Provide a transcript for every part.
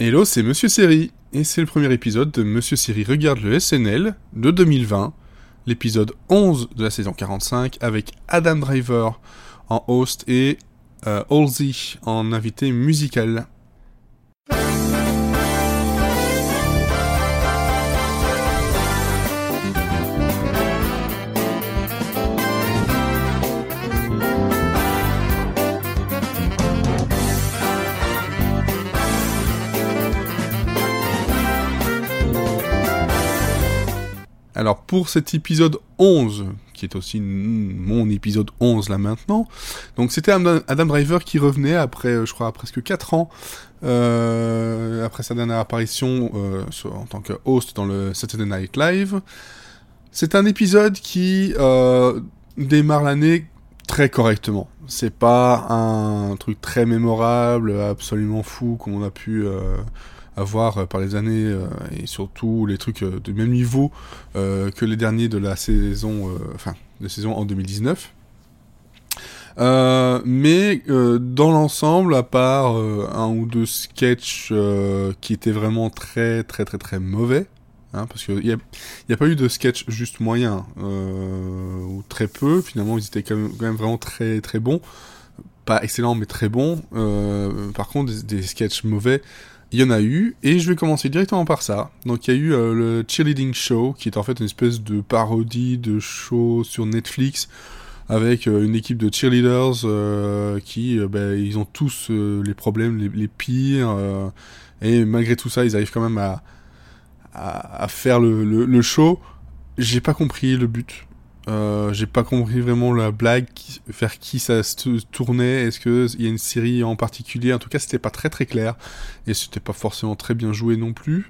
Hello, c'est Monsieur Série, et c'est le premier épisode de Monsieur Série regarde le SNL de 2020, l'épisode 11 de la saison 45, avec Adam Driver en host et Halsey en invité musical. Alors pour cet épisode 11, qui est aussi mon épisode 11 là maintenant, donc c'était Adam Driver qui revenait après, je crois, presque 4 ans, après sa dernière apparition en tant que host dans le Saturday Night Live. C'est un épisode qui démarre l'année très correctement. C'est pas un truc très mémorable, absolument fou, comme on a pu avoir par les années, et surtout les trucs de même niveau que les derniers de la saison, de saison en 2019. Mais dans l'ensemble, à part un ou deux sketchs qui étaient vraiment très très très très mauvais, parce qu'il n'y a pas eu de sketch juste moyen, ou très peu, finalement ils étaient quand même vraiment très très bons, pas excellents mais très bons. Par contre des sketchs mauvais, il y en a eu, et je vais commencer directement par ça. Donc il y a eu le Cheerleading Show, qui est en fait une espèce de parodie de show sur Netflix, avec une équipe de cheerleaders qui, ils ont tous les problèmes les pires, et malgré tout ça, ils arrivent quand même à faire le show. J'ai pas compris le but. J'ai pas compris vraiment la blague, vers qui ça se tournait. Est-ce qu'il y a une série en particulier? En tout cas, c'était pas très très clair, et c'était pas forcément très bien joué non plus.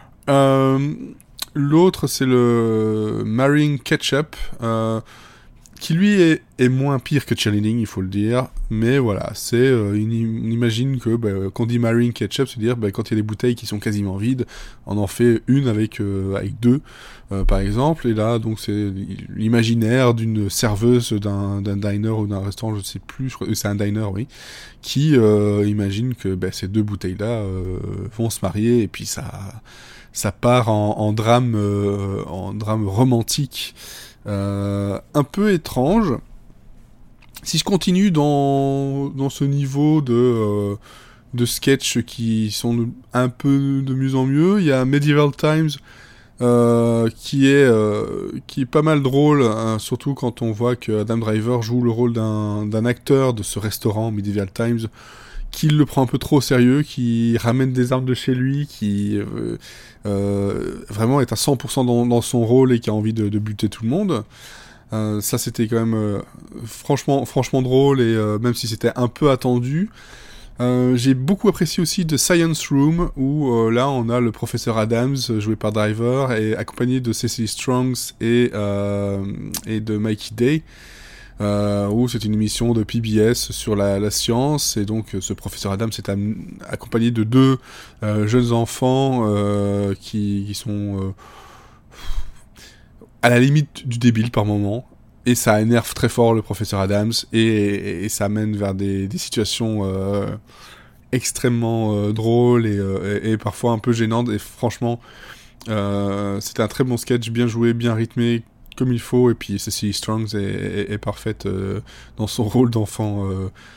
L'autre, c'est le Marrying Ketchup, qui lui est moins pire que Cheerleading, il faut le dire, mais voilà, c'est on imagine que quand on dit Marrying Ketchup, c'est-à-dire quand il y a des bouteilles qui sont quasiment vides, on en fait une avec deux, par exemple, et là donc c'est l'imaginaire d'une serveuse d'un diner ou d'un restaurant, je sais plus, je crois c'est un diner, oui, qui imagine que ces deux bouteilles-là vont se marier, et puis ça part en drame romantique. Un peu étrange. Si je continue dans ce niveau de sketch qui sont un peu de mieux en mieux, il y a Medieval Times qui est pas mal drôle, surtout quand on voit que Adam Driver joue le rôle d'un acteur de ce restaurant Medieval Times, qui le prend un peu trop au sérieux, qui ramène des armes de chez lui, qui vraiment est à 100% dans son rôle et qui a envie de buter tout le monde. Ça c'était quand même franchement drôle, et même si c'était un peu attendu. J'ai beaucoup apprécié aussi The Science Room, où là on a le professeur Adams joué par Driver et accompagné de Cecily Strongs et de Mikey Day, où c'est une émission de PBS sur la science, et donc ce professeur Adams est accompagné de deux jeunes enfants qui sont à la limite du débile par moment, et ça énerve très fort le professeur Adams, et ça mène vers des situations extrêmement drôles et parfois un peu gênantes, et franchement c'était un très bon sketch, bien joué, bien rythmé, comme il faut, et puis Cecily Strongs est parfaite dans son rôle d'enfant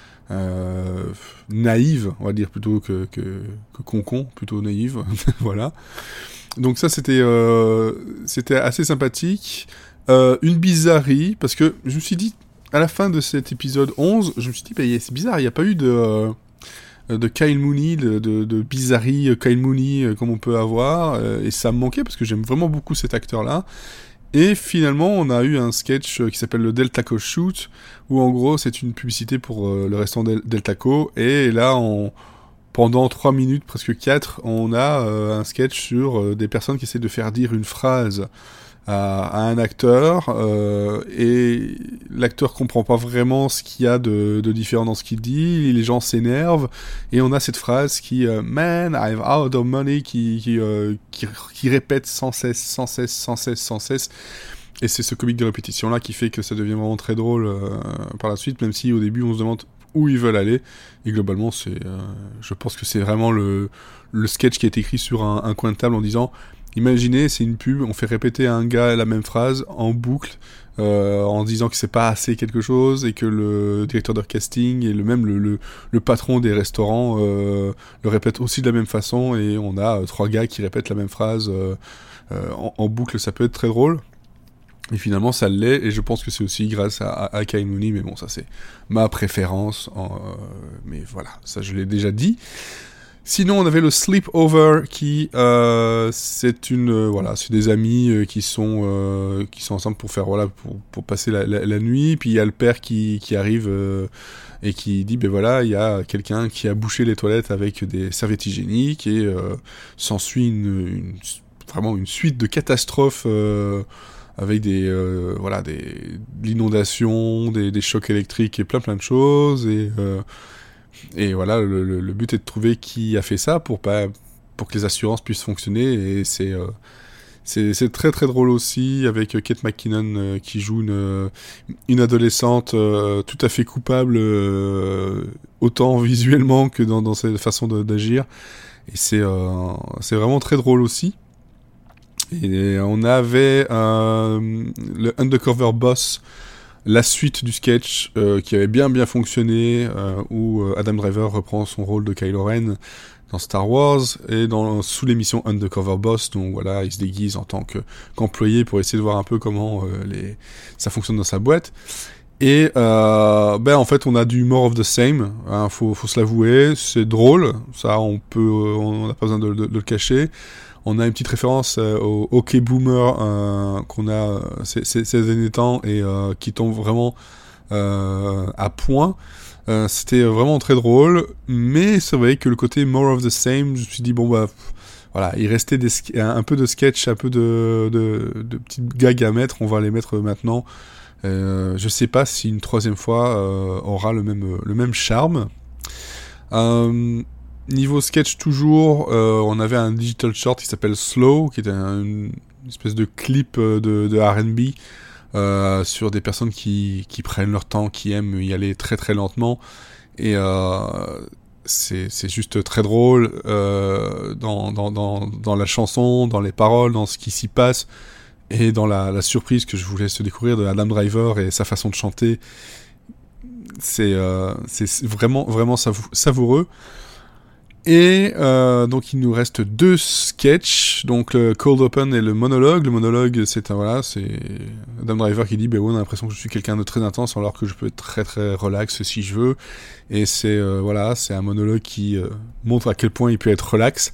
naïve, on va dire, plutôt que concon, plutôt naïve. Voilà. Donc ça, c'était assez sympathique. Une bizarrerie, parce que je me suis dit, à la fin de cet épisode 11, je me suis dit, c'est bizarre, il n'y a pas eu de Kyle Mooney, de bizarrerie Kyle Mooney comme on peut avoir, et ça me manquait, parce que j'aime vraiment beaucoup cet acteur-là. Et finalement, on a eu un sketch qui s'appelle le Del Taco Shoot, où en gros, c'est une publicité pour le restaurant Del Taco, et là, pendant 3 minutes, presque 4, on a un sketch sur des personnes qui essaient de faire dire une phrase à un acteur, et l'acteur comprend pas vraiment ce qu'il y a de différent dans ce qu'il dit, les gens s'énervent, et on a cette phrase qui Man, I'm out of money, qui répète sans cesse, et c'est ce comique de répétition là qui fait que ça devient vraiment très drôle par la suite, même si au début on se demande où ils veulent aller. Et globalement, je pense que c'est vraiment le sketch qui est écrit sur un coin de table en disant, imaginez, c'est une pub, on fait répéter à un gars la même phrase en boucle, en disant que c'est pas assez quelque chose, et que le directeur de casting et le patron des restaurants le répète aussi de la même façon, et on a 3 gars qui répètent la même phrase en boucle. Ça peut être très drôle. Et finalement, ça l'est, et je pense que c'est aussi grâce à Kyle Mooney, mais bon, ça c'est ma préférence, mais voilà, ça je l'ai déjà dit. Sinon, on avait le Sleepover, qui c'est c'est des amis qui sont ensemble pour faire pour passer la nuit. Puis il y a le père qui arrive et qui dit ben voilà, il y a quelqu'un qui a bouché les toilettes avec des serviettes hygiéniques, et s'ensuit vraiment une suite de catastrophes. Avec de l'inondation, des chocs électriques et plein de choses, et voilà, le but est de trouver qui a fait ça pour que les assurances puissent fonctionner, et c'est très très drôle aussi, avec Kate McKinnon qui joue une adolescente tout à fait coupable, autant visuellement que dans sa façon d'agir, et c'est vraiment très drôle aussi. Et on avait le Undercover Boss, la suite du sketch qui avait bien fonctionné, où Adam Driver reprend son rôle de Kylo Ren dans Star Wars, et sous l'émission Undercover Boss, donc voilà, il se déguise en tant qu'employé pour essayer de voir un peu comment ça fonctionne dans sa boîte. Et en fait on a du more of the same, hein, faut se l'avouer, c'est drôle, ça on n'a pas besoin de le cacher. On a une petite référence au OK Boomer qu'on a ces derniers temps, et qui tombe vraiment à point. C'était vraiment très drôle, mais c'est vrai que le côté more of the same, je me suis dit voilà, il restait un peu de sketch, un peu de petites gags à mettre, on va les mettre maintenant. Je sais pas si une troisième fois aura le même charme. Niveau sketch toujours, on avait un digital short qui s'appelle Slow, qui était une espèce de clip de R&B sur des personnes qui prennent leur temps, qui aiment y aller très très lentement, et c'est juste très drôle dans la chanson, dans les paroles, dans ce qui s'y passe, et dans la surprise que je vous laisse découvrir de Adam Driver et sa façon de chanter. C'est vraiment savoureux. Et donc il nous reste 2 sketchs, donc le Cold Open et le monologue. Le monologue, c'est Adam Driver qui dit on a l'impression que je suis quelqu'un de très intense alors que je peux être très très relax si je veux. Et c'est un monologue qui montre à quel point il peut être relax.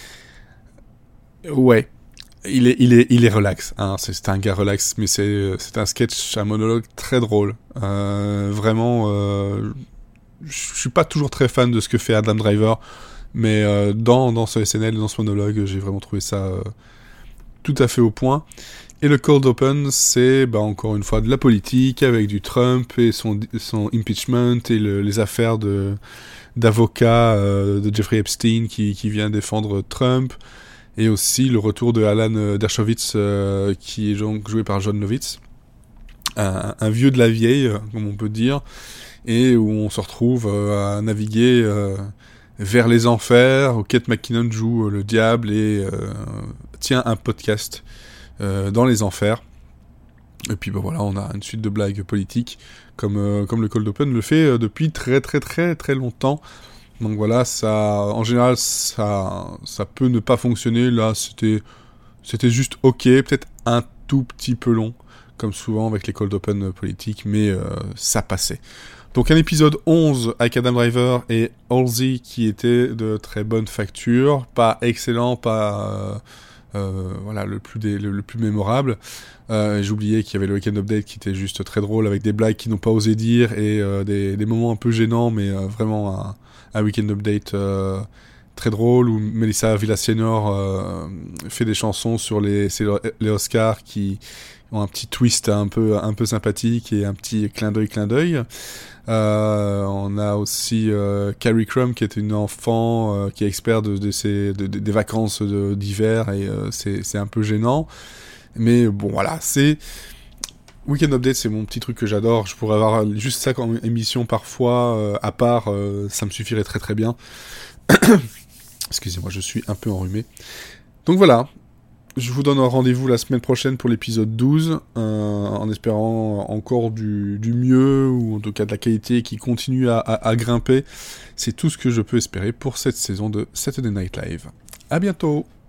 Ouais, il est relax, hein, c'est un gars relax, mais c'est un sketch, un monologue très drôle. Vraiment, je suis pas toujours très fan de ce que fait Adam Driver. Mais dans ce SNL, dans ce monologue, j'ai vraiment trouvé ça tout à fait au point. Et le Cold Open, c'est encore une fois de la politique, avec du Trump et son impeachment, et les affaires d'avocat de Jeffrey Epstein qui vient défendre Trump, et aussi le retour de Alan Dershowitz, qui est donc joué par Jon Lovitz, un vieux de la vieille, comme on peut dire, et où on se retrouve à naviguer vers les enfers, où Kate McKinnon joue le diable et tient un podcast dans les enfers. Et puis voilà, on a une suite de blagues politiques, comme le Cold Open le fait depuis très très très très longtemps. Donc voilà, en général, ça peut ne pas fonctionner. Là, c'était juste ok, peut-être un tout petit peu long, comme souvent avec les Cold Open politiques, mais ça passait. Donc un épisode 11 avec Adam Driver et Halsey qui était de très bonne facture, pas excellent, pas le plus mémorable. J'oubliais qu'il y avait le Weekend Update qui était juste très drôle, avec des blagues qui n'ont pas osé dire, et des moments un peu gênants, mais vraiment un Weekend Update très drôle, où Melissa Villaseñor fait des chansons sur les Oscars qui ont un petit twist un peu sympathique et un petit clin d'œil. On a aussi Carrie Crum qui est une enfant qui est expert des vacances d'hiver, et c'est un peu gênant, mais bon voilà, c'est Weekend Update, c'est mon petit truc que j'adore. Je pourrais avoir juste ça comme émission parfois, à part, ça me suffirait très très bien. Excusez-moi, je suis un peu enrhumé. Donc voilà, je vous donne un rendez-vous la semaine prochaine pour l'épisode 12, en espérant encore du mieux, ou en tout cas de la qualité qui continue à grimper. C'est tout ce que je peux espérer pour cette saison de Saturday Night Live. À bientôt!